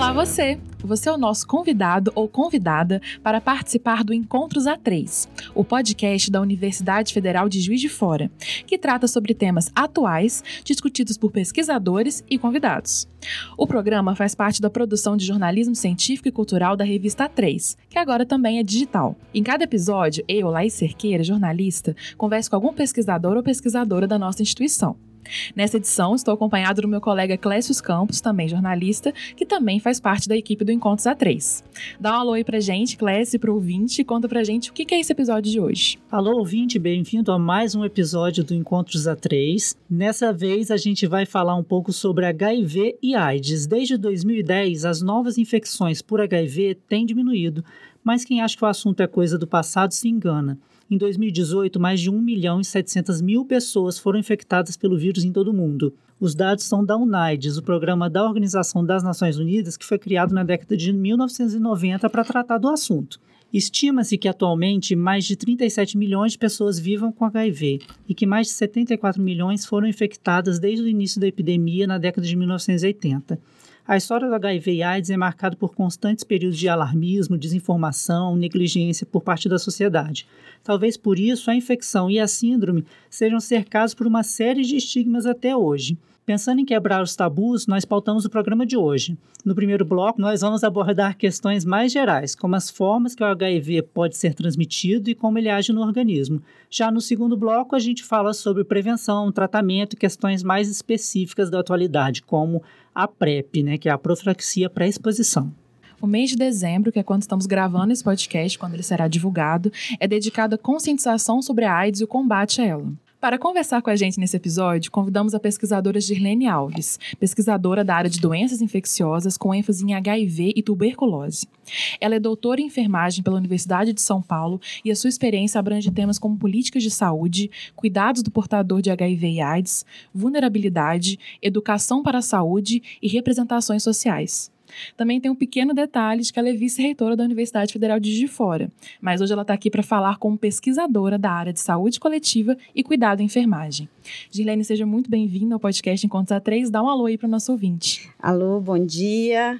Olá você! Você é o nosso convidado ou convidada para participar do Encontros A3, o podcast da Universidade Federal de Juiz de Fora, que trata sobre temas atuais discutidos por pesquisadores e convidados. O programa faz parte da produção de jornalismo científico e cultural da revista A3, que agora também é digital. Em cada episódio, eu, Laís Cerqueira, jornalista, converso com algum pesquisador ou pesquisadora da nossa instituição. Nessa edição, estou acompanhado do meu colega Clécio Campos, também jornalista, que também faz parte da equipe do Encontros A3. Dá um alô aí pra gente, Clécio, e pro ouvinte, e conta pra gente o que é esse episódio de hoje. Alô, ouvinte, bem-vindo a mais um episódio do Encontros A3. Nessa vez, a gente vai falar um pouco sobre HIV e AIDS. Desde 2010, as novas infecções por HIV têm diminuído, mas quem acha que o assunto é coisa do passado se engana. Em 2018, mais de 1.700.000 pessoas foram infectadas pelo vírus em todo o mundo. Os dados são da UNAIDS, o programa da Organização das Nações Unidas, que foi criado na década de 1990 para tratar do assunto. Estima-se que atualmente mais de 37 milhões de pessoas vivam com HIV e que mais de 74 milhões foram infectadas desde o início da epidemia na década de 1980. A história do HIV e AIDS é marcada por constantes períodos de alarmismo, desinformação, negligência por parte da sociedade. Talvez por isso a infecção e a síndrome sejam cercados por uma série de estigmas até hoje. Pensando em quebrar os tabus, nós pautamos o programa de hoje. No primeiro bloco, nós vamos abordar questões mais gerais, como as formas que o HIV pode ser transmitido e como ele age no organismo. Já no segundo bloco, a gente fala sobre prevenção, tratamento e questões mais específicas da atualidade, como a PrEP, que é a profilaxia pré-exposição. O mês de dezembro, que é quando estamos gravando esse podcast, quando ele será divulgado, é dedicado à conscientização sobre a AIDS e o combate a ela. Para conversar com a gente nesse episódio, convidamos a pesquisadora Girlene Alves, pesquisadora da área de doenças infecciosas com ênfase em HIV e tuberculose. Ela é doutora em enfermagem pela Universidade de São Paulo e a sua experiência abrange temas como políticas de saúde, cuidados do portador de HIV e AIDS, vulnerabilidade, educação para a saúde e representações sociais. Também tem um pequeno detalhe de que ela é vice-reitora da Universidade Federal de Juiz de Fora, mas hoje ela está aqui para falar como pesquisadora da área de saúde coletiva e cuidado em enfermagem. Girlene, seja muito bem-vinda ao podcast Encontros A3. Dá um alô aí para o nosso ouvinte. Alô, bom dia.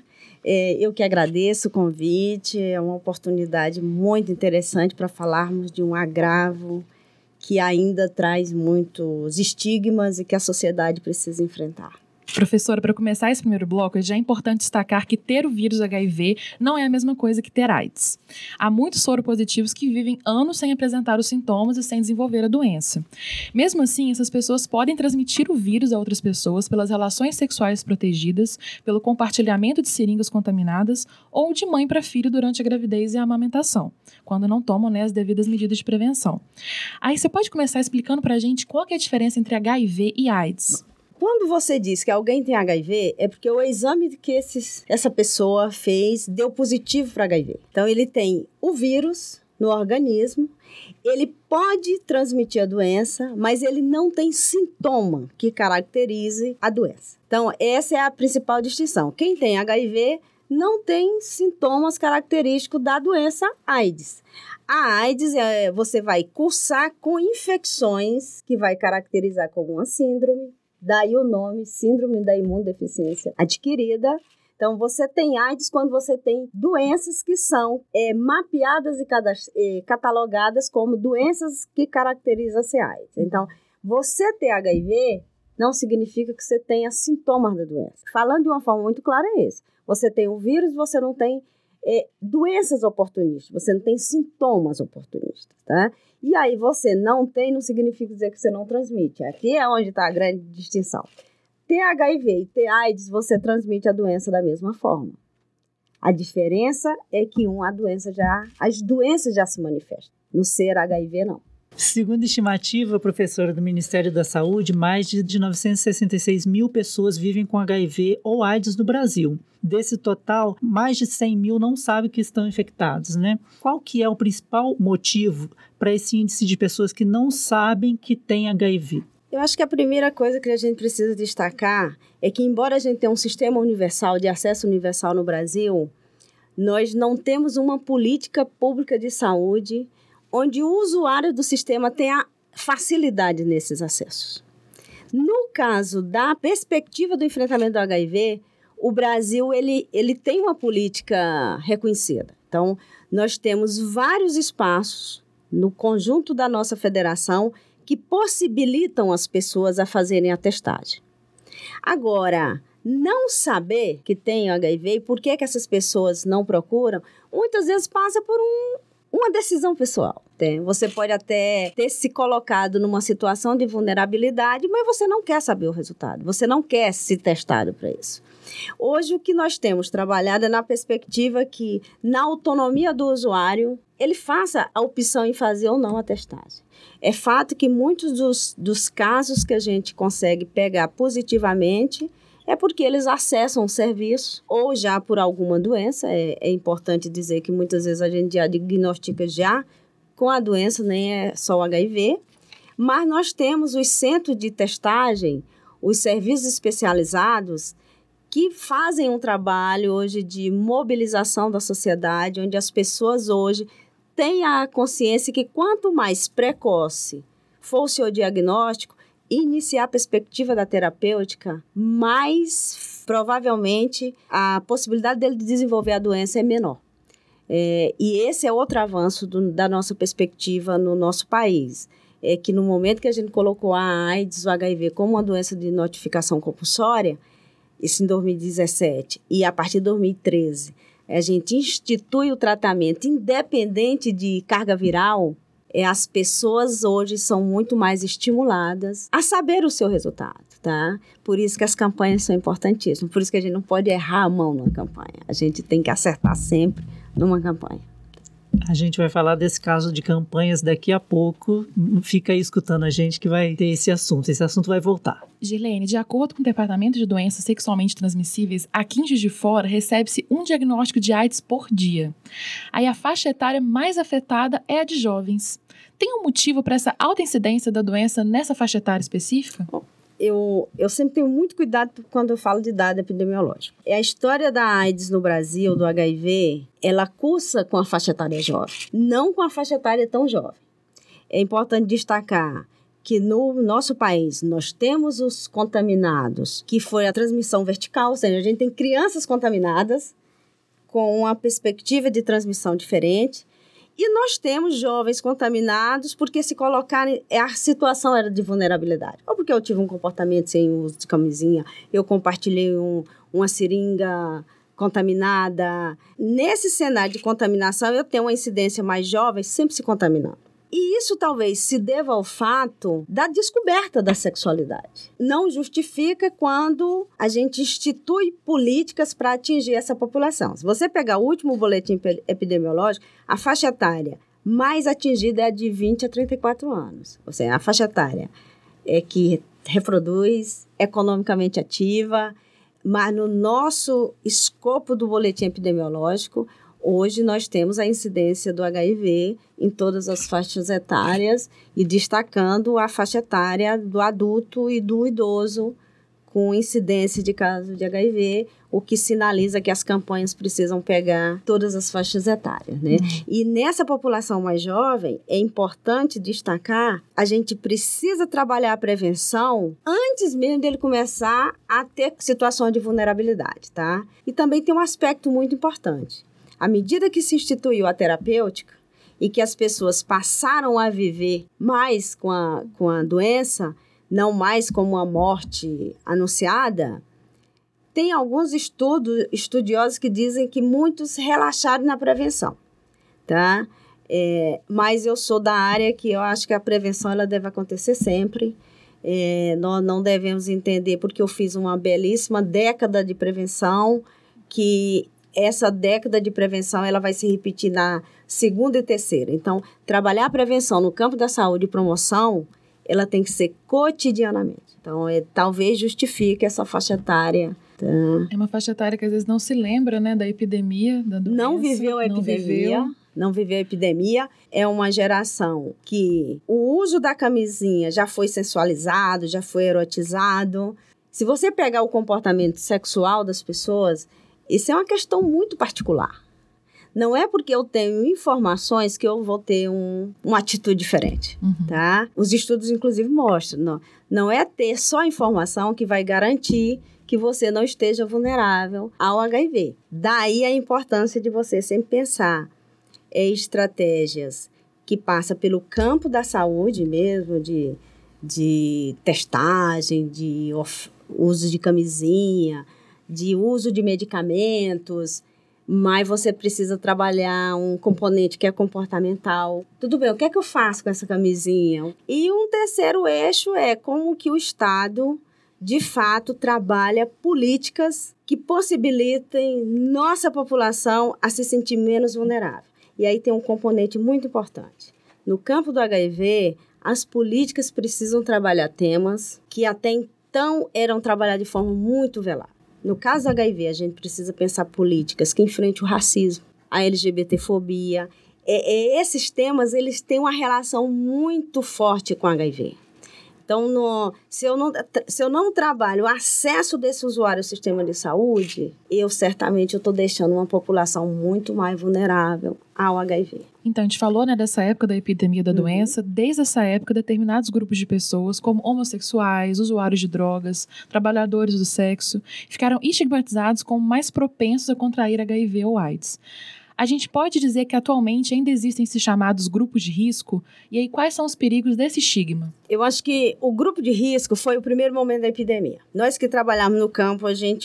Eu que agradeço o convite. É uma oportunidade muito interessante para falarmos de um agravo que ainda traz muitos estigmas e que a sociedade precisa enfrentar. Professora, para começar esse primeiro bloco, já é importante destacar que ter o vírus HIV não é a mesma coisa que ter AIDS. Há muitos soropositivos que vivem anos sem apresentar os sintomas e sem desenvolver a doença. Mesmo assim, essas pessoas podem transmitir o vírus a outras pessoas pelas relações sexuais protegidas, pelo compartilhamento de seringas contaminadas ou de mãe para filho durante a gravidez e a amamentação, quando não tomam as devidas medidas de prevenção. Aí você pode começar explicando para a gente qual que é a diferença entre HIV e AIDS? Quando você diz que alguém tem HIV, é porque o exame que essa pessoa fez deu positivo para HIV. Então, ele tem o vírus no organismo, ele pode transmitir a doença, mas ele não tem sintoma que caracterize a doença. Então, essa é a principal distinção. Quem tem HIV não tem sintomas característicos da doença AIDS. A AIDS, você vai cursar com infecções que vai caracterizar como uma síndrome. Daí o nome, síndrome da imunodeficiência adquirida. Então, você tem AIDS quando você tem doenças que são mapeadas e catalogadas como doenças que caracterizam a AIDS. Então, você ter HIV não significa que você tenha sintomas da doença. Falando de uma forma muito clara é isso. Você tem o vírus, você não tem doenças oportunistas, você não tem sintomas oportunistas, tá? E aí você não tem, não significa dizer que você não transmite. Aqui é onde está a grande distinção. Ter HIV e ter AIDS, você transmite a doença da mesma forma. A diferença é que as doenças já se manifestam. No ser HIV, não. Segundo estimativa, professora do Ministério da Saúde, mais de 966 mil pessoas vivem com HIV ou AIDS no Brasil. Desse total, mais de 100 mil não sabem que estão infectados, Qual que é o principal motivo para esse índice de pessoas que não sabem que têm HIV? Eu acho que a primeira coisa que a gente precisa destacar é que, embora a gente tenha um sistema universal, de acesso universal no Brasil, nós não temos uma política pública de saúde onde o usuário do sistema tenha facilidade nesses acessos. No caso da perspectiva do enfrentamento do HIV, o Brasil ele tem uma política reconhecida. Então, nós temos vários espaços no conjunto da nossa federação que possibilitam as pessoas a fazerem a testagem. Agora, não saber que tem HIV e por que essas pessoas não procuram, muitas vezes passa por uma decisão pessoal. Você pode até ter se colocado numa situação de vulnerabilidade, mas você não quer saber o resultado, você não quer se testado para isso. Hoje, o que nós temos trabalhado é na perspectiva que, na autonomia do usuário, ele faça a opção em fazer ou não a testagem. É fato que muitos dos casos que a gente consegue pegar positivamente é porque eles acessam o serviço ou já por alguma doença. É importante dizer que muitas vezes a gente já diagnostica já com a doença, nem é só o HIV, mas nós temos os centros de testagem, os serviços especializados que fazem um trabalho hoje de mobilização da sociedade, onde as pessoas hoje têm a consciência que quanto mais precoce for o seu diagnóstico, iniciar a perspectiva da terapêutica, mais provavelmente a possibilidade dele de desenvolver a doença é menor. E esse é outro avanço da nossa perspectiva no nosso país. É que no momento que a gente colocou a AIDS, o HIV, como uma doença de notificação compulsória, isso em 2017, e a partir de 2013, a gente institui o tratamento independente de carga viral, as pessoas hoje são muito mais estimuladas a saber o seu resultado, tá? Por isso que as campanhas são importantíssimas, por isso que a gente não pode errar a mão numa campanha, a gente tem que acertar sempre numa campanha. A gente vai falar desse caso de campanhas daqui a pouco. Fica aí escutando a gente que vai ter esse assunto vai voltar. Girlene, de acordo com o Departamento de Doenças Sexualmente Transmissíveis, aqui em Juiz de Fora recebe-se um diagnóstico de AIDS por dia. Aí a faixa etária mais afetada é a de jovens. Tem um motivo para essa alta incidência da doença nessa faixa etária específica? Eu sempre tenho muito cuidado quando eu falo de dado epidemiológico. A história da AIDS no Brasil, do HIV, ela cursa com a faixa etária jovem, não com a faixa etária tão jovem. É importante destacar que no nosso país nós temos os contaminados, que foi a transmissão vertical, ou seja, a gente tem crianças contaminadas com uma perspectiva de transmissão diferente, e nós temos jovens contaminados porque se colocarem, a situação era de vulnerabilidade. Ou porque eu tive um comportamento sem uso de camisinha, eu compartilhei uma seringa contaminada. Nesse cenário de contaminação, eu tenho uma incidência mais jovem sempre se contaminando. E isso talvez se deva ao fato da descoberta da sexualidade. Não justifica quando a gente institui políticas para atingir essa população. Se você pegar o último boletim epidemiológico, a faixa etária mais atingida é a de 20 a 34 anos. Ou seja, a faixa etária é que reproduz, economicamente ativa, mas no nosso escopo do boletim epidemiológico, hoje nós temos a incidência do HIV em todas as faixas etárias e destacando a faixa etária do adulto e do idoso com incidência de caso de HIV, o que sinaliza que as campanhas precisam pegar todas as faixas etárias, né? E nessa população mais jovem, é importante destacar, a gente precisa trabalhar a prevenção antes mesmo dele começar a ter situação de vulnerabilidade, tá? E também tem um aspecto muito importante. À medida que se instituiu a terapêutica e que as pessoas passaram a viver mais com a doença, não mais como uma morte anunciada, tem alguns estudiosos que dizem que muitos relaxaram na prevenção, tá? Mas eu sou da área que eu acho que a prevenção ela deve acontecer sempre. Nós não devemos entender porque eu fiz uma belíssima década de prevenção que essa década de prevenção ela vai se repetir na segunda e terceira. Então, trabalhar a prevenção no campo da saúde e promoção, ela tem que ser cotidianamente. Então, talvez justifique essa faixa etária. Tá? É uma faixa etária que às vezes não se lembra, né, da epidemia, da doença. Não viveu a epidemia. É uma geração que o uso da camisinha já foi sensualizado, já foi erotizado. Se você pegar o comportamento sexual das pessoas, isso é uma questão muito particular. Não é porque eu tenho informações que eu vou ter uma atitude diferente, tá? Os estudos, inclusive, mostram. Não é ter só informação que vai garantir que você não esteja vulnerável ao HIV. Daí a importância de você sempre pensar em estratégias que passam pelo campo da saúde mesmo, de testagem, de uso de camisinha, de uso de medicamentos, mas você precisa trabalhar um componente que é comportamental. Tudo bem, o que é que eu faço com essa camisinha? E um terceiro eixo é como que o Estado, de fato, trabalha políticas que possibilitem nossa população a se sentir menos vulnerável. E aí tem um componente muito importante. No campo do HIV, as políticas precisam trabalhar temas que até então eram trabalhados de forma muito velada. No caso do HIV, a gente precisa pensar políticas que enfrentem o racismo, a LGBTfobia. Esses temas, eles têm uma relação muito forte com o HIV. Então, se eu não trabalho o acesso desse usuário ao sistema de saúde, eu estou deixando uma população muito mais vulnerável ao HIV. Então, a gente falou, né, dessa época da epidemia da doença. Desde essa época, determinados grupos de pessoas, como homossexuais, usuários de drogas, trabalhadores do sexo, ficaram estigmatizados como mais propensos a contrair HIV ou AIDS. A gente pode dizer que atualmente ainda existem esses chamados grupos de risco? E aí, quais são os perigos desse estigma? Eu acho que o grupo de risco foi o primeiro momento da epidemia. Nós que trabalhamos no campo, a gente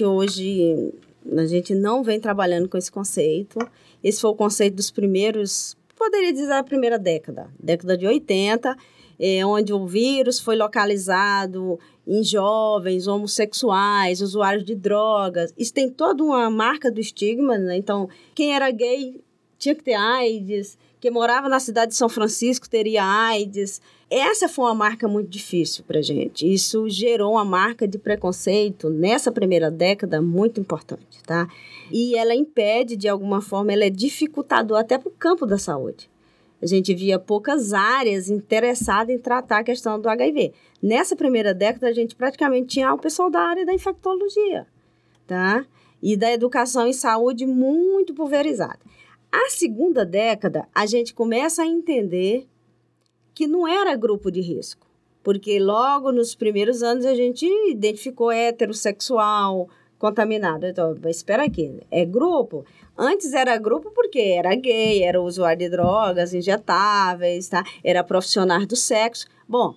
não vem trabalhando com esse conceito. Esse foi o conceito dos primeiros, poderia dizer a primeira década de 80, onde o vírus foi localizado em jovens, homossexuais, usuários de drogas. Isso tem toda uma marca do estigma, né? Então, quem era gay tinha que ter AIDS, quem morava na cidade de São Francisco teria AIDS. Essa foi uma marca muito difícil para a gente. Isso gerou uma marca de preconceito nessa primeira década muito importante, tá? E ela impede, de alguma forma, ela é dificultadora até para o campo da saúde. A gente via poucas áreas interessadas em tratar a questão do HIV. Nessa primeira década, a gente praticamente tinha o pessoal da área da infectologia, tá? E da educação em saúde muito pulverizada. A segunda década, a gente começa a entender que não era grupo de risco, porque logo nos primeiros anos a gente identificou heterossexual contaminado. Então, espera aqui, é grupo? Antes era grupo porque era gay, era usuário de drogas injetáveis, tá? Era profissional do sexo. Bom,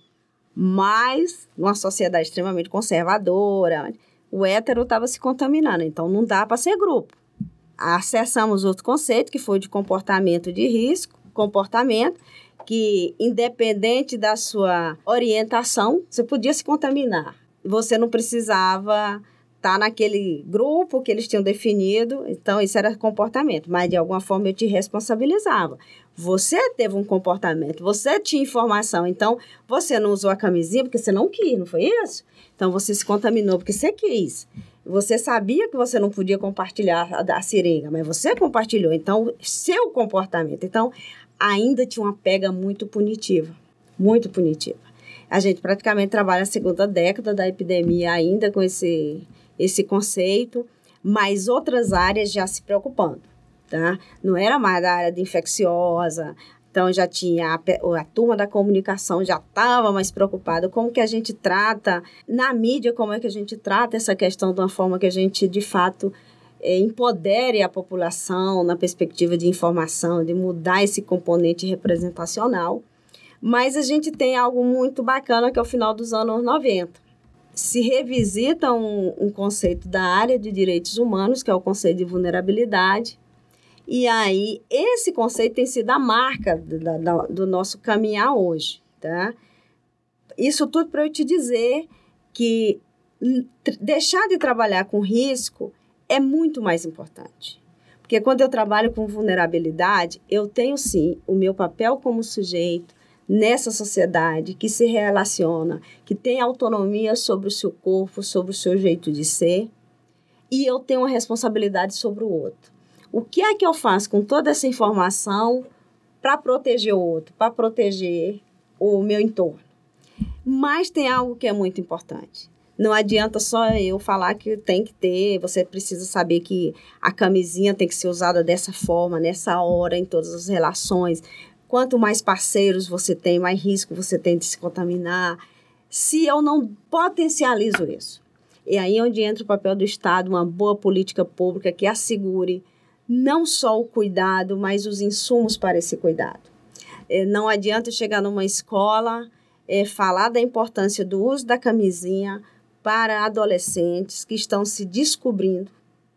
mas numa sociedade extremamente conservadora, o hétero estava se contaminando, então não dá para ser grupo. Acessamos outro conceito, que foi de comportamento de risco, comportamento que, independente da sua orientação, você podia se contaminar. Você não precisava estar naquele grupo que eles tinham definido, então isso era comportamento, mas de alguma forma eu te responsabilizava. Você teve um comportamento, você tinha informação, então você não usou a camisinha porque você não quis, não foi isso? Então você se contaminou porque você quis. Você sabia que você não podia compartilhar a seringa, mas você compartilhou, então seu comportamento. Então ainda tinha uma pega muito punitiva, muito punitiva. A gente praticamente trabalha a segunda década da epidemia ainda com esse conceito, mas outras áreas já se preocupando, tá? Não era mais da área de infecciosa, então já tinha a turma da comunicação já estava mais preocupada. Como que a gente trata, na mídia, como é que a gente trata essa questão de uma forma que a gente, de fato, empodere a população na perspectiva de informação, de mudar esse componente representacional. Mas a gente tem algo muito bacana que é o final dos anos 90. Se revisita um conceito da área de direitos humanos, que é o conceito de vulnerabilidade. E aí, esse conceito tem sido a marca do nosso caminhar hoje, tá? Isso tudo para eu te dizer que deixar de trabalhar com risco é muito mais importante. Porque quando eu trabalho com vulnerabilidade, eu tenho, sim, o meu papel como sujeito nessa sociedade que se relaciona, que tem autonomia sobre o seu corpo, sobre o seu jeito de ser, e eu tenho uma responsabilidade sobre o outro. O que é que eu faço com toda essa informação para proteger o outro, para proteger o meu entorno? Mas tem algo que é muito importante. Não adianta só eu falar que tem que ter, você precisa saber que a camisinha tem que ser usada dessa forma, nessa hora, em todas as relações. Quanto mais parceiros você tem, mais risco você tem de se contaminar. Se eu não potencializo isso, é aí onde entra o papel do Estado, uma boa política pública que assegure não só o cuidado, mas os insumos para esse cuidado. Não adianta chegar numa escola, falar da importância do uso da camisinha para adolescentes que estão se descobrindo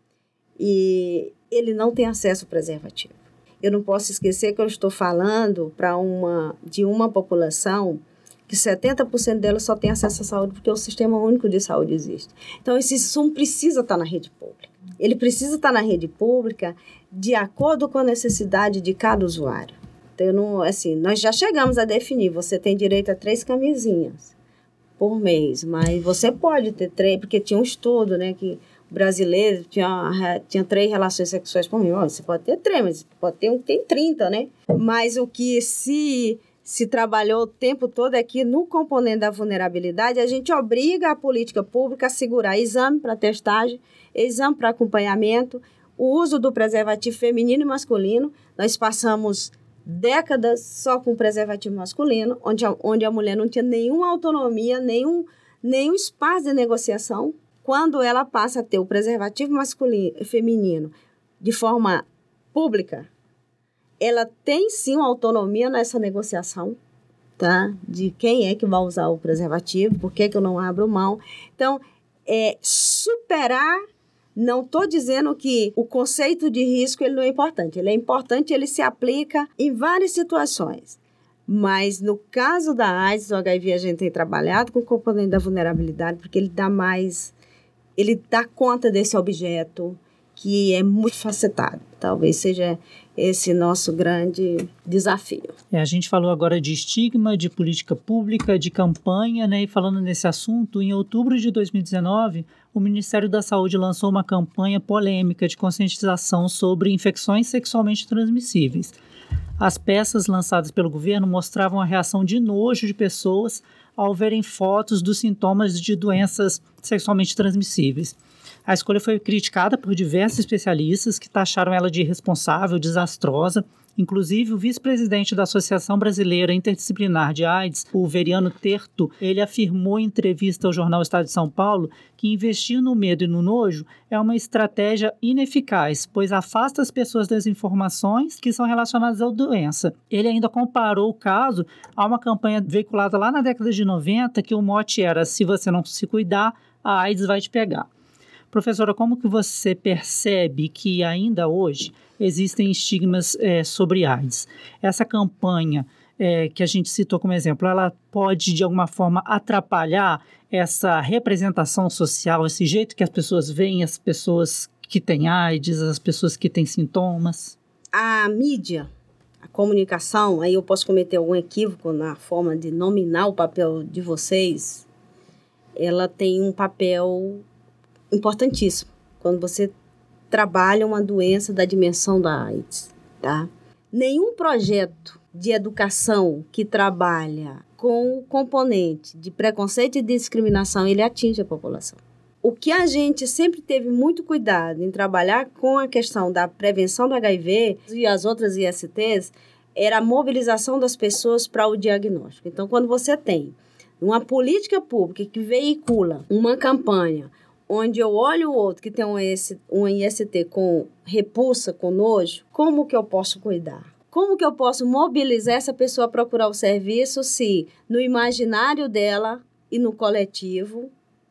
e ele não tem acesso ao preservativo. Eu não posso esquecer que eu estou falando de uma população que 70% dela só tem acesso à saúde porque o Sistema Único de Saúde existe. Então, esse insumo precisa estar na rede pública. Ele precisa estar na rede pública de acordo com a necessidade de cada usuário. Então, nós já chegamos a definir, você tem direito a 3 camisinhas por mês, mas você pode ter 3, porque tinha um estudo, né, que o brasileiro tinha 3 relações sexuais por mês. Você pode ter 3, mas pode ter um que tem 30, né? Mas o que se trabalhou o tempo todo é que no componente da vulnerabilidade, a gente obriga a política pública a segurar exame para testagem, exame para acompanhamento, o uso do preservativo feminino e masculino. Nós passamos décadas só com preservativo masculino, onde a mulher não tinha nenhuma autonomia, nenhum espaço de negociação. Quando ela passa a ter o preservativo feminino de forma pública, ela tem sim uma autonomia nessa negociação, tá? De quem é que vai usar o preservativo, por que eu não abro mão. Então, superar, não estou dizendo que o conceito de risco ele não é importante. Ele é importante, ele se aplica em várias situações. Mas no caso da AIDS, do HIV, a gente tem trabalhado com o componente da vulnerabilidade, porque ele dá conta desse objeto que é muito facetado. Talvez seja esse nosso grande desafio. A gente falou agora de estigma, de política pública, de campanha, né? E falando nesse assunto, em outubro de 2019, o Ministério da Saúde lançou uma campanha polêmica de conscientização sobre infecções sexualmente transmissíveis. As peças lançadas pelo governo mostravam a reação de nojo de pessoas ao verem fotos dos sintomas de doenças sexualmente transmissíveis. A escolha foi criticada por diversos especialistas que taxaram ela de irresponsável, desastrosa. Inclusive, o vice-presidente da Associação Brasileira Interdisciplinar de AIDS, o Veriano Terto, ele afirmou em entrevista ao jornal Estado de São Paulo que investir no medo e no nojo é uma estratégia ineficaz, pois afasta as pessoas das informações que são relacionadas à doença. Ele ainda comparou o caso a uma campanha veiculada lá na década de 90, que o mote era: se você não se cuidar, a AIDS vai te pegar. Professora, como que você percebe que ainda hoje existem estigmas sobre AIDS? Essa campanha que a gente citou como exemplo, ela pode de alguma forma atrapalhar essa representação social, esse jeito que as pessoas veem as pessoas que têm AIDS, as pessoas que têm sintomas? A mídia, a comunicação, aí eu posso cometer algum equívoco na forma de nominar o papel de vocês, ela tem um papel importantíssimo quando você trabalha uma doença da dimensão da AIDS, tá? Nenhum projeto de educação que trabalha com o componente de preconceito e discriminação, ele atinge a população. O que a gente sempre teve muito cuidado em trabalhar com a questão da prevenção do HIV e as outras ISTs era a mobilização das pessoas para o diagnóstico. Então, quando você tem uma política pública que veicula uma campanha onde eu olho o outro que tem um IST com repulsa, com nojo, como que eu posso cuidar? Como que eu posso mobilizar essa pessoa a procurar o serviço se no imaginário dela e no coletivo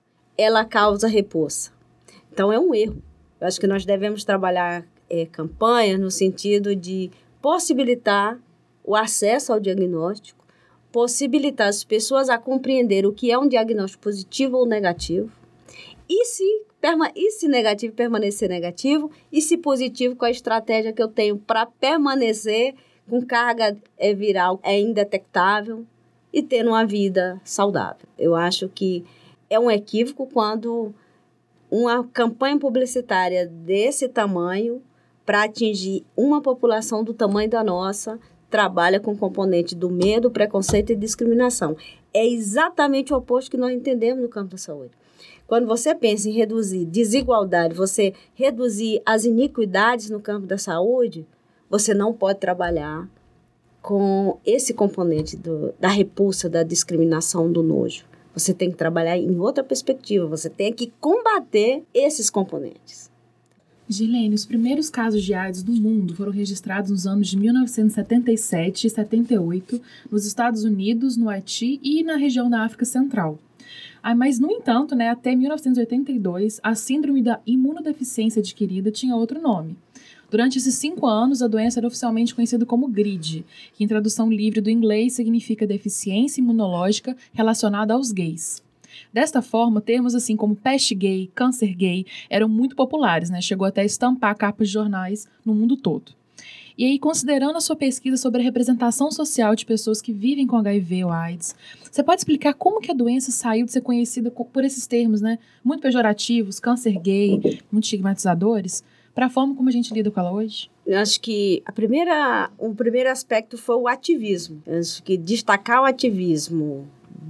ela causa repulsa? Então, é um erro. Eu acho que nós devemos trabalhar campanhas no sentido de possibilitar o acesso ao diagnóstico, possibilitar as pessoas a compreender o que é um diagnóstico positivo ou negativo, e se negativo permanecer negativo, e se positivo com a estratégia que eu tenho para permanecer com carga viral indetectável e tendo uma vida saudável. Eu acho que é um equívoco quando uma campanha publicitária desse tamanho, para atingir uma população do tamanho da nossa, trabalha com componente do medo, preconceito e discriminação. É exatamente o oposto que nós entendemos no campo da saúde. Quando você pensa em reduzir desigualdade, você reduzir as iniquidades no campo da saúde, você não pode trabalhar com esse componente da repulsa, da discriminação, do nojo. Você tem que trabalhar em outra perspectiva, você tem que combater esses componentes. Girlene, os primeiros casos de AIDS do mundo foram registrados nos anos de 1977 e 78, nos Estados Unidos, no Haiti e na região da África Central. Mas, no entanto, até 1982, a síndrome da imunodeficiência adquirida tinha outro nome. Durante esses 5 anos, a doença era oficialmente conhecida como GRID, que em tradução livre do inglês significa deficiência imunológica relacionada aos gays. Desta forma, termos assim como peste gay, câncer gay eram muito populares, chegou até a estampar capas de jornais no mundo todo. E aí, considerando a sua pesquisa sobre a representação social de pessoas que vivem com HIV ou AIDS, você pode explicar como que a doença saiu de ser conhecida por esses termos, muito pejorativos, câncer gay, muito estigmatizadores, para a forma como a gente lida com ela hoje? Eu acho que o primeiro aspecto foi o ativismo. Eu acho que destacar o ativismo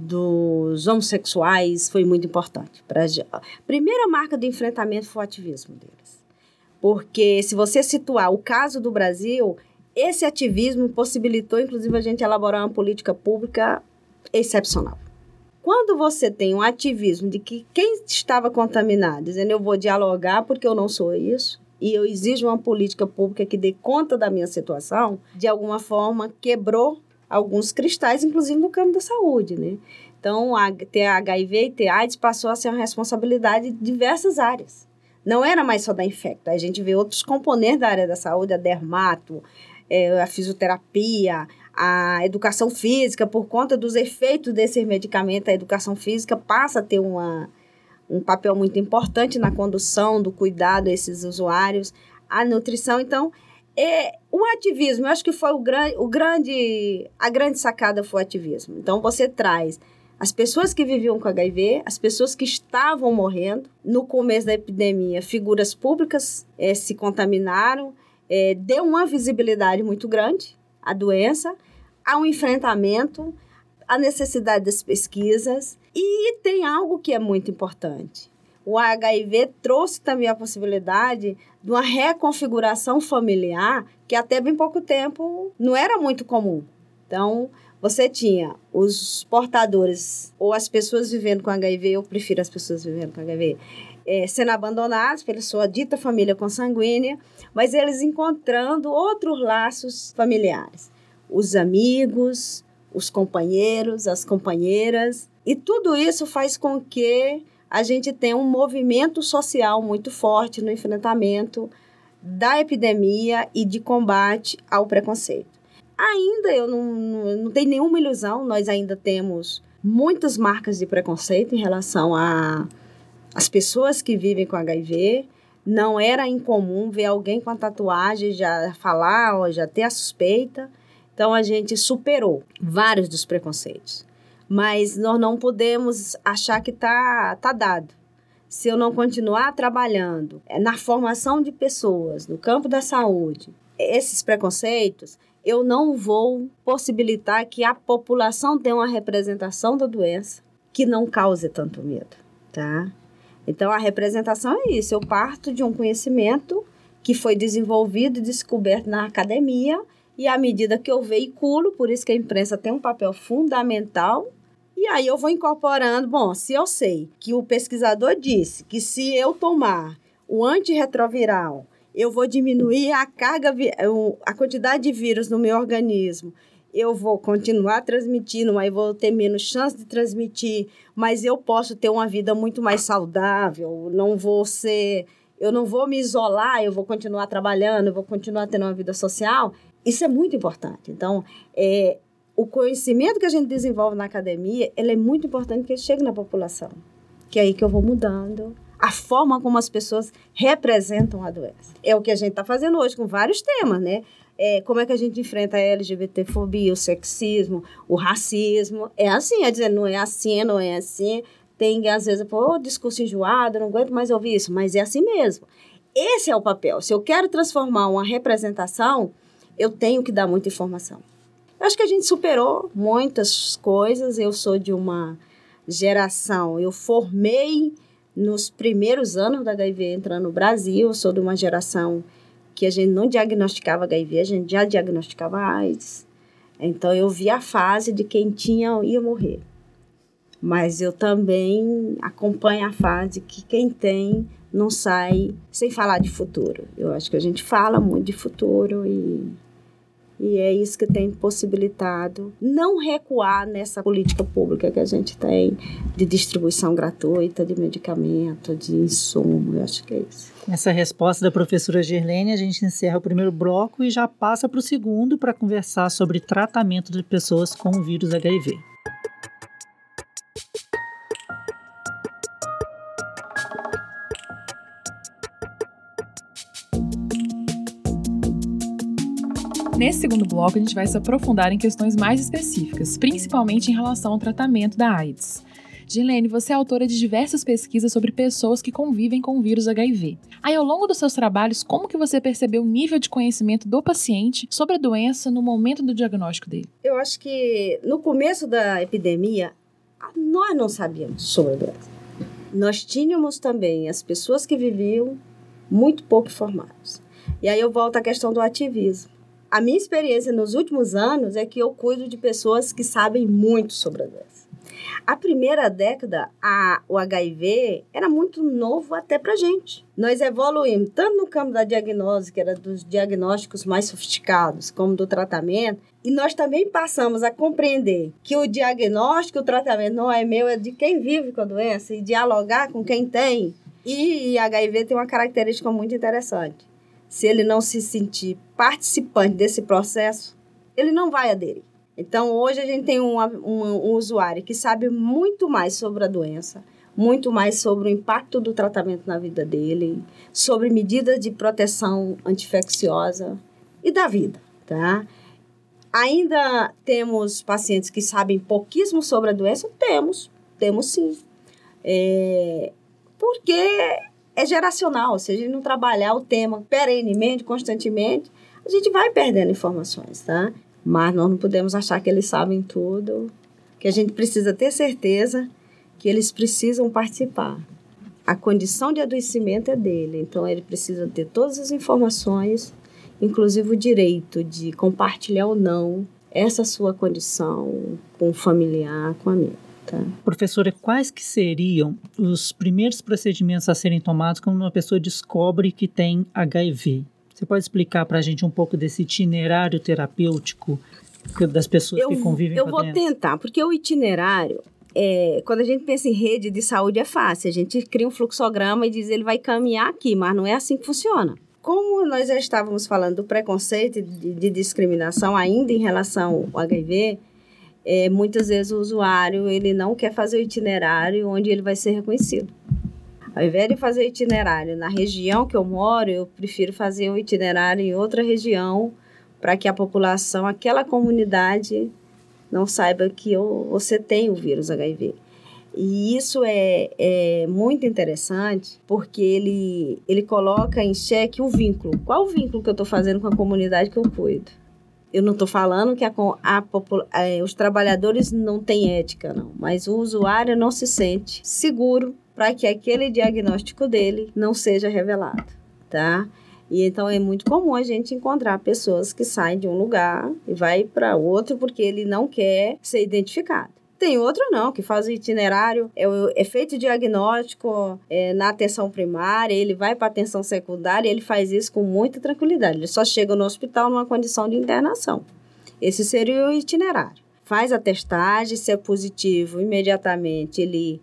dos homossexuais foi muito importante. A primeira marca do enfrentamento foi o ativismo deles. Porque se você situar o caso do Brasil, esse ativismo possibilitou, inclusive, a gente elaborar uma política pública excepcional. Quando você tem um ativismo de que quem estava contaminado, dizendo eu vou dialogar porque eu não sou isso, e eu exijo uma política pública que dê conta da minha situação, de alguma forma quebrou alguns cristais, inclusive no campo da saúde, Então, ter HIV e ter AIDS passou a ser uma responsabilidade de diversas áreas. Não era mais só da infecto. A gente vê outros componentes da área da saúde, a dermato, a fisioterapia, a educação física, por conta dos efeitos desses medicamentos, a educação física passa a ter um papel muito importante na condução do cuidado a esses usuários, a nutrição. Então, o ativismo, eu acho que foi a grande sacada foi o ativismo. Então, você traz as pessoas que viviam com HIV, as pessoas que estavam morrendo. No começo da epidemia, figuras públicas se contaminaram, deu uma visibilidade muito grande à doença, há um enfrentamento, a necessidade das pesquisas. E tem algo que é muito importante. O HIV trouxe também a possibilidade de uma reconfiguração familiar que até bem pouco tempo não era muito comum. Então, você tinha os portadores ou as pessoas vivendo com HIV, eu prefiro as pessoas vivendo com HIV, sendo abandonados pela sua dita família consanguínea, mas eles encontrando outros laços familiares. Os amigos, os companheiros, as companheiras. E tudo isso faz com que a gente tenha um movimento social muito forte no enfrentamento da epidemia e de combate ao preconceito. Ainda eu não tenho nenhuma ilusão, nós ainda temos muitas marcas de preconceito em relação às pessoas que vivem com HIV. Não era incomum ver alguém com a tatuagem já falar ou já ter a suspeita. Então, a gente superou vários dos preconceitos. Mas nós não podemos achar que tá dado. Se eu não continuar trabalhando na formação de pessoas, no campo da saúde, esses preconceitos, eu não vou possibilitar que a população tenha uma representação da doença que não cause tanto medo, tá? Então, a representação é isso. Eu parto de um conhecimento que foi desenvolvido e descoberto na academia e à medida que eu veiculo, por isso que a imprensa tem um papel fundamental, e aí eu vou incorporando, se eu sei que o pesquisador disse que se eu tomar o antirretroviral, eu vou diminuir a quantidade de vírus no meu organismo, eu vou continuar transmitindo, mas vou ter menos chance de transmitir, mas eu posso ter uma vida muito mais saudável, eu não vou me isolar, eu vou continuar trabalhando, eu vou continuar tendo uma vida social. Isso é muito importante. Então, o conhecimento que a gente desenvolve na academia, ele é muito importante que ele chegue na população. Que é aí que eu vou mudando a forma como as pessoas representam a doença. É o que a gente está fazendo hoje com vários temas, como é que a gente enfrenta a LGBTfobia, o sexismo, o racismo. É assim, dizer, não é assim, não é assim. Tem, às vezes, discurso enjoado, não aguento mais ouvir isso, mas é assim mesmo. Esse é o papel. Se eu quero transformar uma representação, eu tenho que dar muita informação. Eu acho que a gente superou muitas coisas. Eu sou de uma geração, eu formei nos primeiros anos da HIV entrando no Brasil. Eu sou de uma geração que a gente não diagnosticava HIV, a gente já diagnosticava AIDS. Então, eu vi a fase de quem ia morrer. Mas eu também acompanho a fase que quem tem não sai sem falar de futuro. Eu acho que a gente fala muito de futuro e é isso que tem possibilitado não recuar nessa política pública que a gente tem de distribuição gratuita de medicamento, de insumo. Eu acho que é isso. Essa resposta da professora Gerlene, a gente encerra o primeiro bloco e já passa para o segundo para conversar sobre tratamento de pessoas com o vírus HIV. Nesse segundo bloco, a gente vai se aprofundar em questões mais específicas, principalmente em relação ao tratamento da AIDS. Gerlene, você é autora de diversas pesquisas sobre pessoas que convivem com o vírus HIV. Aí, ao longo dos seus trabalhos, como que você percebeu o nível de conhecimento do paciente sobre a doença no momento do diagnóstico dele? Eu acho que no começo da epidemia, nós não sabíamos sobre a doença. Nós tínhamos também as pessoas que viviam muito pouco informadas. E aí eu volto à questão do ativismo. A minha experiência nos últimos anos é que eu cuido de pessoas que sabem muito sobre a doença. A primeira década, o HIV era muito novo até para a gente. Nós evoluímos tanto no campo da diagnose, que era dos diagnósticos mais sofisticados, como do tratamento, e nós também passamos a compreender que o diagnóstico, o tratamento não é meu, é de quem vive com a doença e dialogar com quem tem. E HIV tem uma característica muito interessante. Se ele não se sentir participante desse processo, ele não vai aderir. Então, hoje a gente tem um usuário que sabe muito mais sobre a doença, muito mais sobre o impacto do tratamento na vida dele, sobre medidas de proteção anti-infecciosa e da vida, tá? Ainda temos pacientes que sabem pouquíssimo sobre a doença? Temos sim. Porque é geracional. Se a gente não trabalhar o tema perenemente, constantemente, a gente vai perdendo informações, tá? Mas nós não podemos achar que eles sabem tudo, que a gente precisa ter certeza que eles precisam participar. A condição de adoecimento é dele, então ele precisa ter todas as informações, inclusive o direito de compartilhar ou não essa sua condição com o familiar, com o amigo. Tá. Professora, quais que seriam os primeiros procedimentos a serem tomados quando uma pessoa descobre que tem HIV? Você pode explicar para a gente um pouco desse itinerário terapêutico das pessoas que convivem com a doença? Eu vou tentar, porque o itinerário, quando a gente pensa em rede de saúde é fácil. A gente cria um fluxograma e diz ele vai caminhar aqui, mas não é assim que funciona. Como nós já estávamos falando do preconceito de discriminação ainda em relação ao HIV, muitas vezes o usuário ele não quer fazer o itinerário onde ele vai ser reconhecido. Ao invés de fazer o itinerário na região que eu moro, eu prefiro fazer o itinerário em outra região para que a população, aquela comunidade, não saiba que você tem o vírus HIV. E isso é muito interessante porque ele coloca em xeque o vínculo. Qual o vínculo que eu estou fazendo com a comunidade que eu cuido? Eu não estou falando que os trabalhadores não têm ética, não. Mas o usuário não se sente seguro para que aquele diagnóstico dele não seja revelado, tá? E então é muito comum a gente encontrar pessoas que saem de um lugar e vai para outro porque ele não quer ser identificado. Tem outro não, que faz o itinerário, é feito o diagnóstico na atenção primária, ele vai para a atenção secundária e ele faz isso com muita tranquilidade. Ele só chega no hospital numa condição de internação. Esse seria o itinerário. Faz a testagem, se é positivo, imediatamente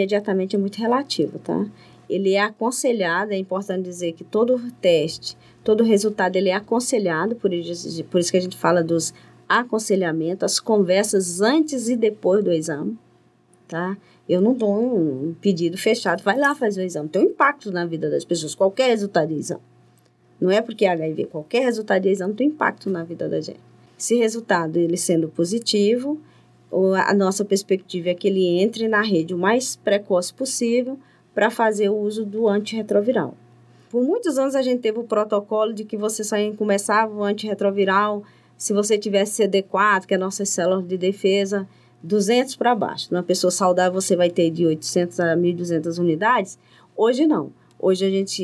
é muito relativo, tá? Ele é aconselhado, é importante dizer que todo teste, todo resultado, ele é aconselhado, por isso que a gente fala dos aconselhamento, as conversas antes e depois do exame, tá? Eu não dou um pedido fechado, vai lá fazer o exame. Tem um impacto na vida das pessoas, qualquer resultado de exame. Não é porque é HIV, qualquer resultado de exame tem impacto na vida da gente. Esse resultado, ele sendo positivo, a nossa perspectiva é que ele entre na rede o mais precoce possível para fazer o uso do antirretroviral. Por muitos anos a gente teve o protocolo de que você só começava o antirretroviral se você tivesse CD4, que é a nossa célula de defesa, 200 para baixo. Numa pessoa saudável, você vai ter de 800 a 1.200 unidades. Hoje, não. Hoje,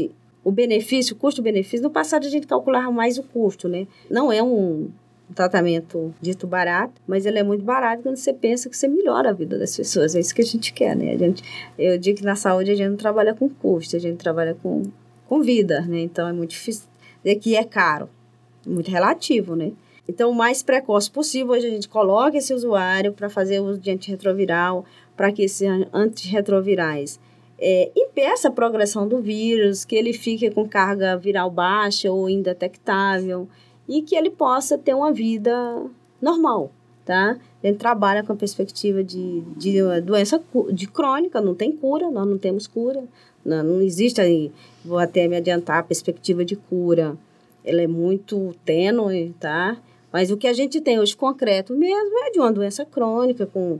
o benefício, o custo-benefício, no passado a gente calculava mais o custo, né? Não é um tratamento dito barato, mas ele é muito barato quando você pensa que você melhora a vida das pessoas. É isso que a gente quer, né? Eu digo que na saúde a gente não trabalha com custo, a gente trabalha com vida, né? Então, é muito difícil dizer que é caro. Muito relativo, né? Então, o mais precoce possível, hoje a gente coloca esse usuário para fazer uso de antirretroviral, para que esses antirretrovirais impeça a progressão do vírus, que ele fique com carga viral baixa ou indetectável e que ele possa ter uma vida normal, tá? A gente trabalha com a perspectiva de doença crônica, não tem cura, nós não temos cura, não existe aí, vou até me adiantar, a perspectiva de cura, ela é muito tênue, tá? Mas o que a gente tem hoje concreto mesmo é de uma doença crônica, com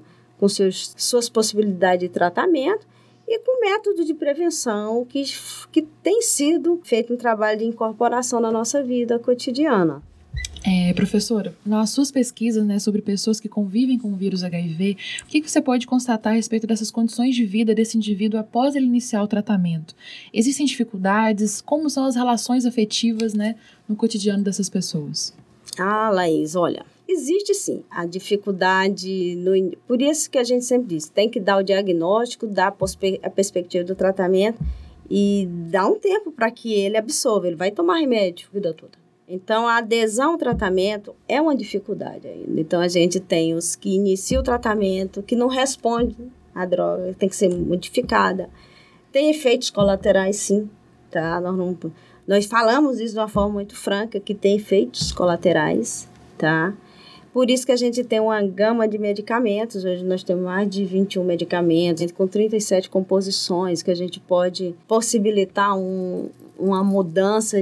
suas possibilidades de tratamento e com método de prevenção que tem sido feito um trabalho de incorporação na nossa vida cotidiana. Professora, nas suas pesquisas, né, sobre pessoas que convivem com o vírus HIV, o que você pode constatar a respeito dessas condições de vida desse indivíduo após ele iniciar o tratamento? Existem dificuldades? Como são as relações afetivas, né, no cotidiano dessas pessoas? Laís, olha, existe sim a dificuldade, por isso que a gente sempre diz, tem que dar o diagnóstico, dar a perspectiva do tratamento e dar um tempo para que ele absorva, ele vai tomar remédio a vida toda. Então, a adesão ao tratamento é uma dificuldade ainda. Então, a gente tem os que iniciam o tratamento, que não respondem à droga, tem que ser modificada. Tem efeitos colaterais, sim, tá? Nós falamos isso de uma forma muito franca, que tem efeitos colaterais, tá? Por isso que a gente tem uma gama de medicamentos. Hoje nós temos mais de 21 medicamentos, com 37 composições, que a gente pode possibilitar uma mudança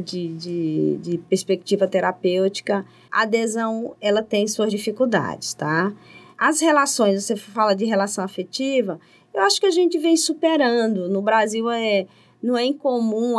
de perspectiva terapêutica. A adesão, ela tem suas dificuldades, tá? As relações, você fala de relação afetiva, eu acho que a gente vem superando. No Brasil, não é incomum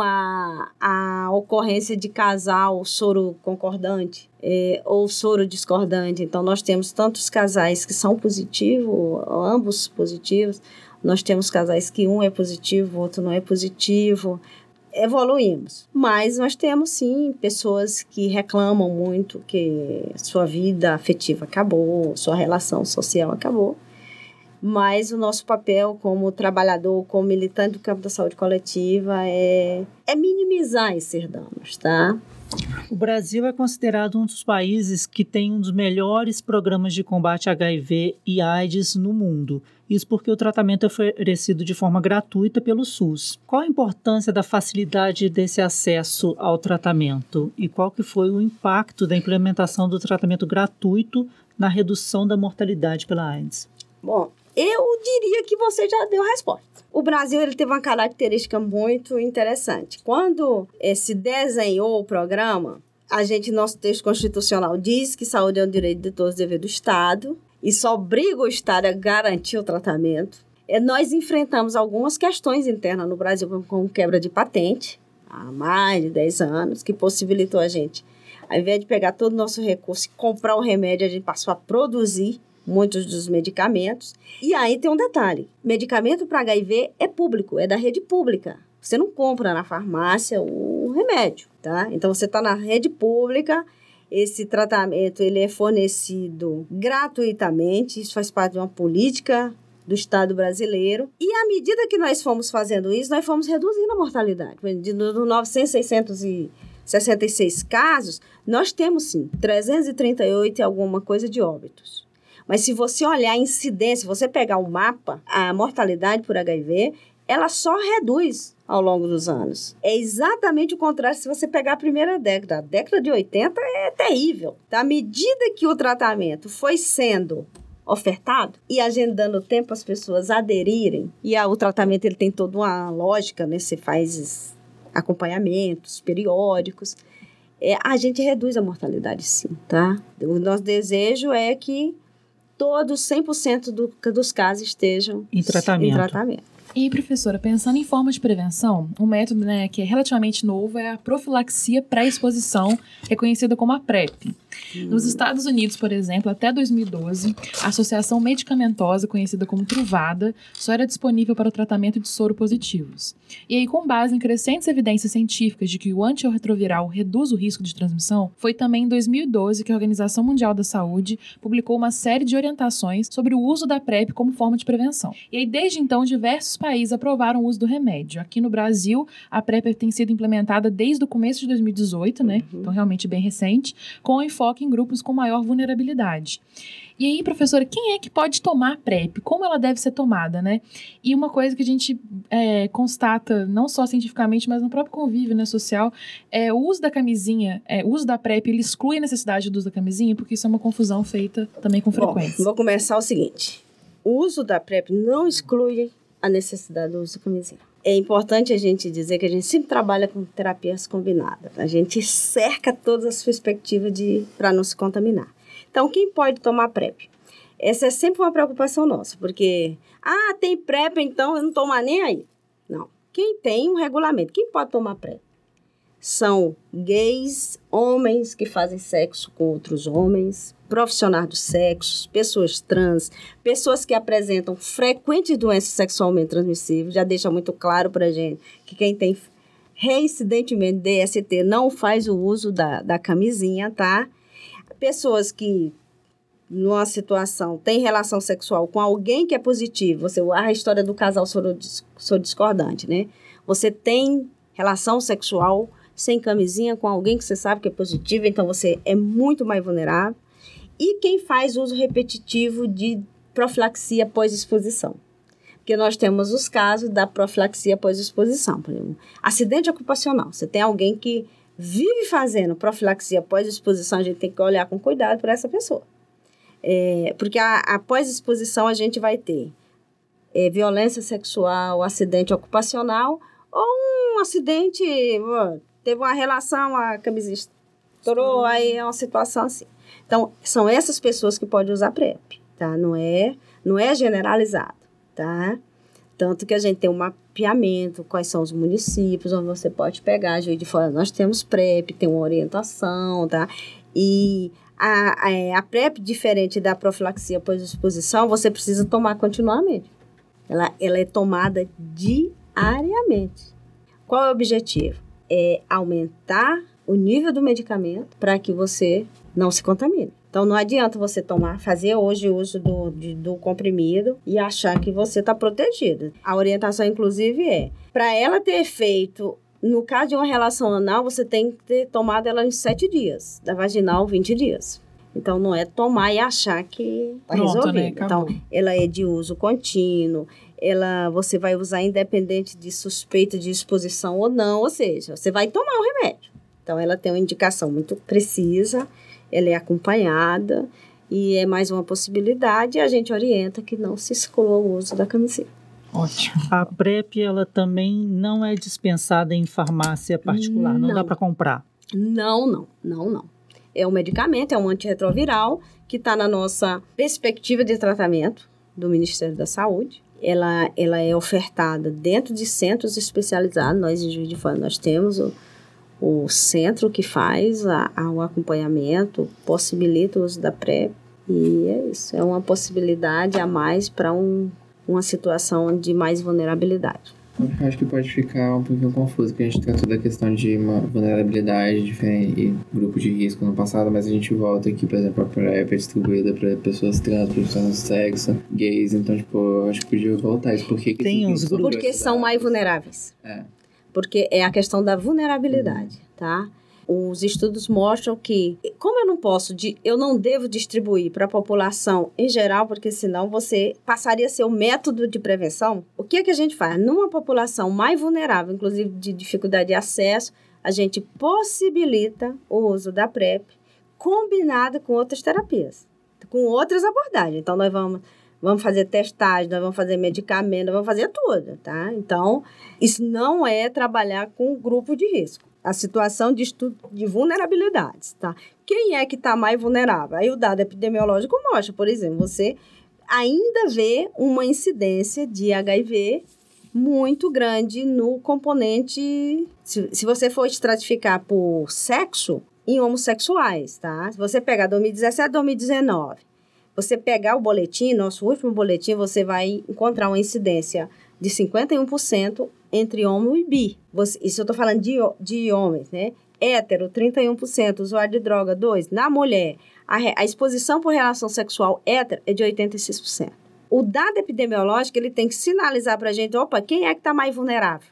a ocorrência de casal soro concordante ou soro discordante. Então, nós temos tantos casais que são positivos, ambos positivos. Nós temos casais que um é positivo, o outro não é positivo. Evoluímos. Mas nós temos, sim, pessoas que reclamam muito que sua vida afetiva acabou, sua relação social acabou. Mas o nosso papel como trabalhador, como militante do campo da saúde coletiva é minimizar esses danos, tá? O Brasil é considerado um dos países que tem um dos melhores programas de combate a HIV e AIDS no mundo. Isso porque o tratamento é oferecido de forma gratuita pelo SUS. Qual a importância da facilidade desse acesso ao tratamento? E qual que foi o impacto da implementação do tratamento gratuito na redução da mortalidade pela AIDS? Bom, eu diria que você já deu a resposta. O Brasil ele teve uma característica muito interessante. Quando se desenhou o programa, nosso texto constitucional diz que saúde é um direito de todos, dever do Estado, e só obriga o Estado a garantir o tratamento. Nós enfrentamos algumas questões internas no Brasil, como quebra de patente, há mais de 10 anos, que possibilitou a gente, ao invés de pegar todo o nosso recurso e comprar o remédio, a gente passou a produzir muitos dos medicamentos. E aí tem um detalhe, medicamento para HIV é público, é da rede pública. Você não compra na farmácia o remédio, tá? Então, você está na rede pública, esse tratamento ele é fornecido gratuitamente, isso faz parte de uma política do Estado brasileiro. E à medida que nós fomos fazendo isso, nós fomos reduzindo a mortalidade. Dos 966 casos, nós temos, sim, 338 e alguma coisa de óbitos. Mas se você olhar a incidência, se você pegar o mapa, a mortalidade por HIV, ela só reduz ao longo dos anos. É exatamente o contrário se você pegar a primeira década. A década de 80 é terrível. Tá? À medida que o tratamento foi sendo ofertado e a gente dando tempo para as pessoas aderirem, e o tratamento ele tem toda uma lógica, né? Você faz acompanhamentos periódicos, a gente reduz a mortalidade, sim, tá? O nosso desejo é que todos, 100% dos casos estejam em tratamento. E, professora, pensando em formas de prevenção, um método, né, que é relativamente novo é a profilaxia pré-exposição, reconhecida como a PrEP. Nos Estados Unidos, por exemplo, até 2012, a associação medicamentosa, conhecida como Truvada, só era disponível para o tratamento de soro positivos. E aí, com base em crescentes evidências científicas de que o antirretroviral reduz o risco de transmissão, foi também em 2012 que a Organização Mundial da Saúde publicou uma série de orientações sobre o uso da PrEP como forma de prevenção. E aí, desde então, diversos países aprovaram o uso do remédio. Aqui no Brasil, a PrEP tem sido implementada desde o começo de 2018, né? Então, realmente bem recente, com enfoque em grupos com maior vulnerabilidade. E aí, professora, quem é que pode tomar PrEP? Como ela deve ser tomada, né? E uma coisa que a gente constata, não só cientificamente, mas no próprio convívio, né, social, é o uso da camisinha, o uso da PrEP, ele exclui a necessidade do uso da camisinha, porque isso é uma confusão feita também com frequência. Bom, vou começar o seguinte. O uso da PrEP não exclui a necessidade do uso da camisinha. É importante a gente dizer que a gente sempre trabalha com terapias combinadas. A gente cerca todas as perspectivas para não se contaminar. Então, quem pode tomar PrEP? Essa é sempre uma preocupação nossa, porque, tem PrEP, então eu não tomo nem aí. Não. Quem tem um regulamento, quem pode tomar PrEP? São gays, homens que fazem sexo com outros homens, profissionais do sexo, pessoas trans, pessoas que apresentam frequentes doenças sexualmente transmissíveis. Já deixa muito claro para a gente que quem tem reincidentemente DST não faz o uso da camisinha, tá? Pessoas que, numa situação, têm relação sexual com alguém que é positivo, a história do casal sou discordante, né? Você tem relação sexual sem camisinha com alguém que você sabe que é positivo, então você é muito mais vulnerável. E quem faz uso repetitivo de profilaxia pós-exposição. Porque nós temos os casos da profilaxia pós-exposição. Por exemplo, acidente ocupacional. Você tem alguém que vive fazendo profilaxia pós-exposição, a gente tem que olhar com cuidado para essa pessoa. Porque a pós-exposição a gente vai ter violência sexual, acidente ocupacional ou um acidente, teve uma relação, a camisa estourou, aí é uma situação assim. Então, são essas pessoas que podem usar PrEP, tá? Não é generalizado, tá? Tanto que a gente tem um mapeamento, quais são os municípios onde você pode pegar. Juiz de Fora, nós temos PrEP, tem uma orientação, tá? E a PrEP, diferente da profilaxia pós-exposição, você precisa tomar continuamente. Ela é tomada diariamente. Qual é o objetivo? É aumentar o nível do medicamento para que você não se contamine. Então, não adianta você fazer hoje o uso do comprimido e achar que você está protegido. A orientação, inclusive, para ela ter efeito, no caso de uma relação anal, você tem que ter tomado ela em 7 dias, da vaginal 20 dias. Então, não é tomar e achar que está resolvido. Né? Então, ela é de uso contínuo, você vai usar independente de suspeita de exposição ou não, ou seja, você vai tomar o remédio. Então, ela tem uma indicação muito precisa, ela é acompanhada e é mais uma possibilidade e a gente orienta que não se exclua o uso da camisinha. Ótimo. A PrEP, ela também não é dispensada em farmácia particular, não dá para comprar? Não. É um medicamento, é um antirretroviral que está na nossa perspectiva de tratamento do Ministério da Saúde. Ela é ofertada dentro de centros especializados. Nós, em Juiz de Fora, nós temos o centro que faz o acompanhamento, possibilita o uso da PrEP. E é isso, é uma possibilidade a mais para uma situação de mais vulnerabilidade. Eu acho que pode ficar um pouquinho confuso, porque a gente tratou da questão de uma vulnerabilidade diferente e grupo de risco no passado, mas a gente volta aqui, por exemplo, a PrEP é distribuída para pessoas trans, profissionais do sexo, gays, então, eu acho que podia voltar isso. Tem uns grupos. Porque são mais vulneráveis. Porque é a questão da vulnerabilidade, tá? Os estudos mostram que, como eu não devo distribuir para a população em geral, porque senão você passaria a ser o método de prevenção. O que a gente faz? Numa população mais vulnerável, inclusive de dificuldade de acesso, a gente possibilita o uso da PrEP combinada com outras terapias, com outras abordagens. Então, nós vamos fazer testagem, nós vamos fazer medicamento, nós vamos fazer tudo, tá? Então, isso não é trabalhar com grupo de risco. A situação de estudo de vulnerabilidades, tá? Quem é que está mais vulnerável? Aí o dado epidemiológico mostra, por exemplo, você ainda vê uma incidência de HIV muito grande no componente, se você for estratificar por sexo, em homossexuais, tá? Se você pegar 2017, 2019, você pegar o boletim, nosso último boletim, você vai encontrar uma incidência de 51% entre homo e bi. Isso eu tô falando de homens, né? Hétero, 31%, usuário de droga, 2%. Na mulher, a exposição por relação sexual hétero é de 86%. O dado epidemiológico, ele tem que sinalizar para a gente, opa, quem é que está mais vulnerável?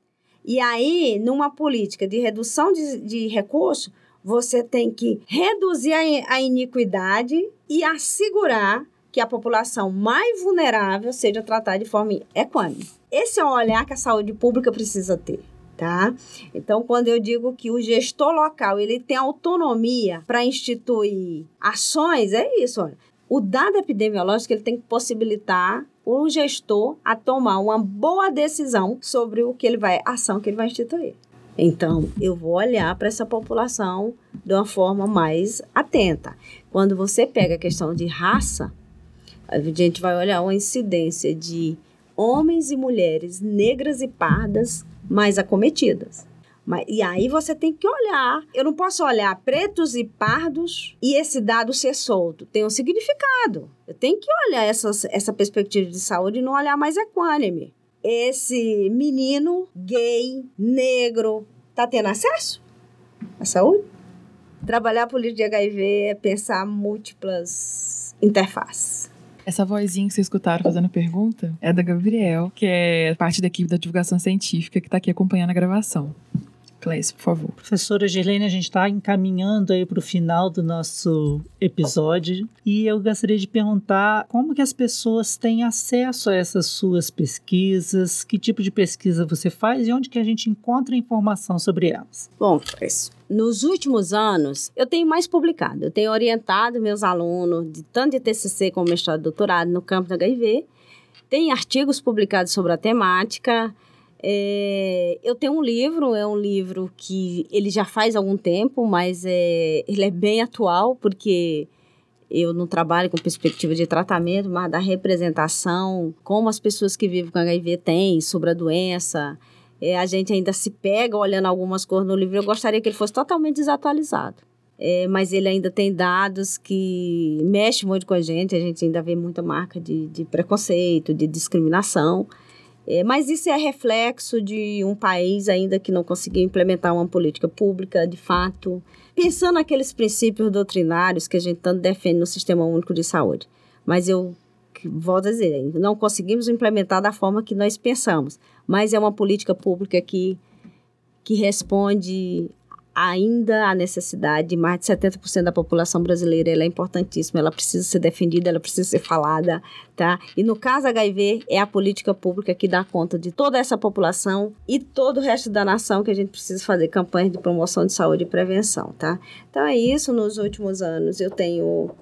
E aí, numa política de redução de recursos, você tem que reduzir a iniquidade e assegurar que a população mais vulnerável seja tratada de forma equânime. Esse é o olhar que a saúde pública precisa ter, tá? Então, quando eu digo que o gestor local ele tem autonomia para instituir ações, é isso, olha. O dado epidemiológico ele tem que possibilitar o gestor a tomar uma boa decisão sobre a ação que ele vai instituir. Então, eu vou olhar para essa população de uma forma mais atenta. Quando você pega a questão de raça, a gente vai olhar uma incidência de homens e mulheres negras e pardas mais acometidas. E aí você tem que olhar. Eu não posso olhar pretos e pardos e esse dado ser solto. Tem um significado. Eu tenho que olhar essa perspectiva de saúde e não olhar mais equânime. Esse menino gay, negro, está tendo acesso à saúde? Trabalhar a política de HIV é pensar múltiplas interfaces. Essa vozinha que vocês escutaram fazendo pergunta é da Gabriel, que é parte da equipe da divulgação científica que está aqui acompanhando a gravação. Cleice, por favor. Professora Girlene, a gente está encaminhando aí para o final do nosso episódio e eu gostaria de perguntar como que as pessoas têm acesso a essas suas pesquisas, que tipo de pesquisa você faz e onde que a gente encontra informação sobre elas? Bom, nos últimos anos, eu tenho mais publicado, eu tenho orientado meus alunos, tanto de TCC como mestrado e doutorado no campo da HIV, tem artigos publicados sobre a temática. Eu tenho um livro, é um livro que ele já faz algum tempo, mas ele é bem atual, porque eu não trabalho com perspectiva de tratamento, mas da representação, como as pessoas que vivem com HIV têm sobre a doença. A gente ainda se pega olhando algumas coisas no livro, eu gostaria que ele fosse totalmente desatualizado. Mas ele ainda tem dados que mexem muito com a gente ainda vê muita marca de preconceito, de discriminação. Mas isso é reflexo de um país ainda que não conseguiu implementar uma política pública, de fato, pensando naqueles princípios doutrinários que a gente tanto defende no Sistema Único de Saúde. Mas eu volto a dizer, não conseguimos implementar da forma que nós pensamos, mas é uma política pública que responde ainda à necessidade de mais de 70% da população brasileira. Ela é importantíssima, ela precisa ser defendida, ela precisa ser falada, tá? E no caso HIV, é a política pública que dá conta de toda essa população e todo o resto da nação que a gente precisa fazer campanhas de promoção de saúde e prevenção, tá? Então é isso, nos últimos anos eu tenho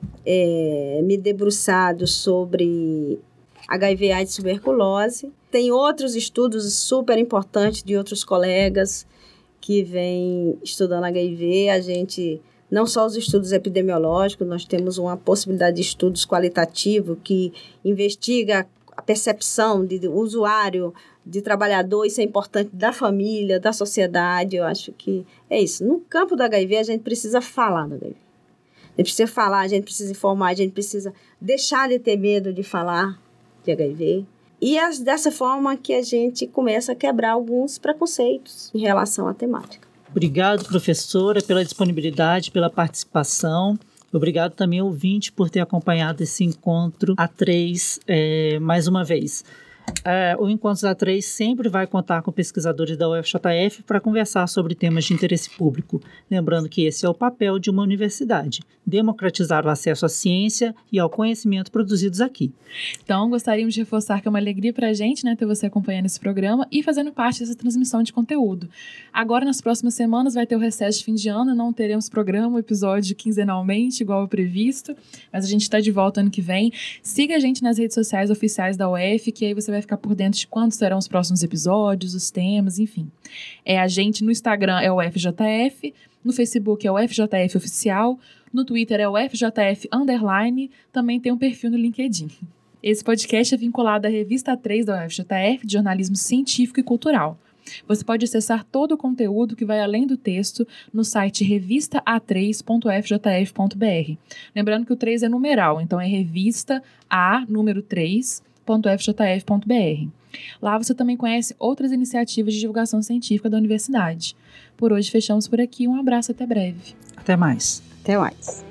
me debruçado sobre HIV, AIDS e tuberculose. Tem outros estudos super importantes de outros colegas que vem estudando HIV, a gente, não só os estudos epidemiológicos, nós temos uma possibilidade de estudos qualitativos que investiga a percepção de usuário, de trabalhador, isso é importante, da família, da sociedade, eu acho que é isso. No campo do HIV, a gente precisa falar do HIV. A gente precisa falar, a gente precisa informar, a gente precisa deixar de ter medo de falar de HIV. E dessa forma que a gente começa a quebrar alguns preconceitos em relação à temática. Obrigado, professora, pela disponibilidade, pela participação. Obrigado também, ouvinte, por ter acompanhado esse Encontro A3 mais uma vez. O Encontros A3 sempre vai contar com pesquisadores da UFJF para conversar sobre temas de interesse público. Lembrando que esse é o papel de uma universidade, democratizar o acesso à ciência e ao conhecimento produzidos aqui. Então, gostaríamos de reforçar que é uma alegria para a gente, ter você acompanhando esse programa e fazendo parte dessa transmissão de conteúdo. Agora, nas próximas semanas, vai ter o recesso de fim de ano, não teremos programa, episódio quinzenalmente, igual ao previsto, mas a gente está de volta ano que vem. Siga a gente nas redes sociais oficiais da UF, que aí você vai ficar por dentro de quando serão os próximos episódios, os temas, enfim. A gente no Instagram é o UFJF, no Facebook é o UFJF Oficial, no Twitter é o UFJF_, também tem um perfil no LinkedIn. Esse podcast é vinculado à revista A3 da UFJF de jornalismo científico e cultural. Você pode acessar todo o conteúdo que vai além do texto no site revista-a3.ufjf.br. Lembrando que o 3 é numeral, então é revista A, número 3.ufjf.br. Lá você também conhece outras iniciativas de divulgação científica da universidade. Por hoje fechamos por aqui. Um abraço, até breve. Até mais. Até mais.